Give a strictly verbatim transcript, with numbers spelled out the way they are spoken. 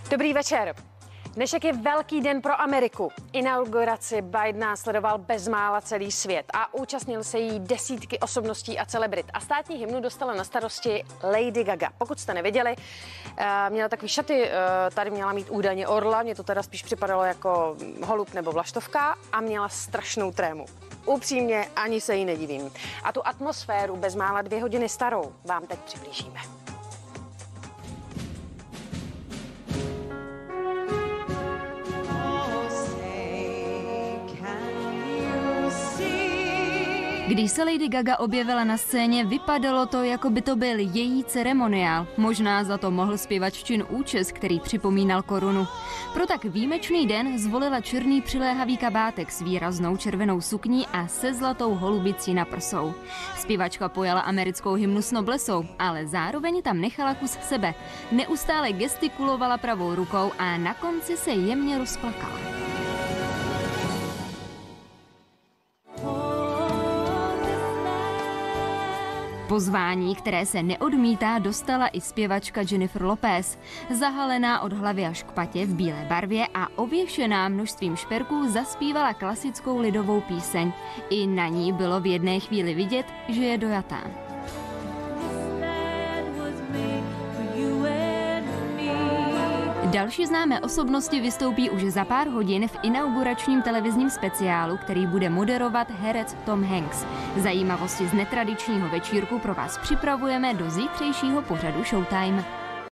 Dobrý večer. Dnešek je velký den pro Ameriku. Inauguraci Bidena sledoval bezmála celý svět a účastnil se jí desítky osobností a celebrit. A státní hymnu dostala na starosti Lady Gaga. Pokud jste nevěděli, měla takový šaty, tady měla mít údajně orla, mně to teda spíš připadalo jako holub nebo vlaštovka a měla strašnou trému. Upřímně ani se jí nedivím. A tu atmosféru bezmála dvě hodiny starou vám teď přiblížíme. Když se Lady Gaga objevila na scéně, vypadalo to, jako by to byl její ceremoniál. Možná za to mohl zpěvaččin účes, který připomínal korunu. Pro tak výjimečný den zvolila černý přiléhavý kabátek s výraznou červenou sukní a se zlatou holubicí na prsou. Zpěvačka pojala americkou hymnu s noblesou, ale zároveň tam nechala kus sebe. Neustále gestikulovala pravou rukou a na konci se jemně rozplakala. Pozvání, které se neodmítá, dostala i zpěvačka Jennifer Lopez. Zahalená od hlavy až k patě v bílé barvě a ověšená množstvím šperků zaspívala klasickou lidovou píseň. I na ní bylo v jedné chvíli vidět, že je dojatá. Další známé osobnosti vystoupí už za pár hodin v inauguračním televizním speciálu, který bude moderovat herec Tom Hanks. Zajímavosti z netradičního večírku pro vás připravujeme do zítřejšího pořadu Showtime.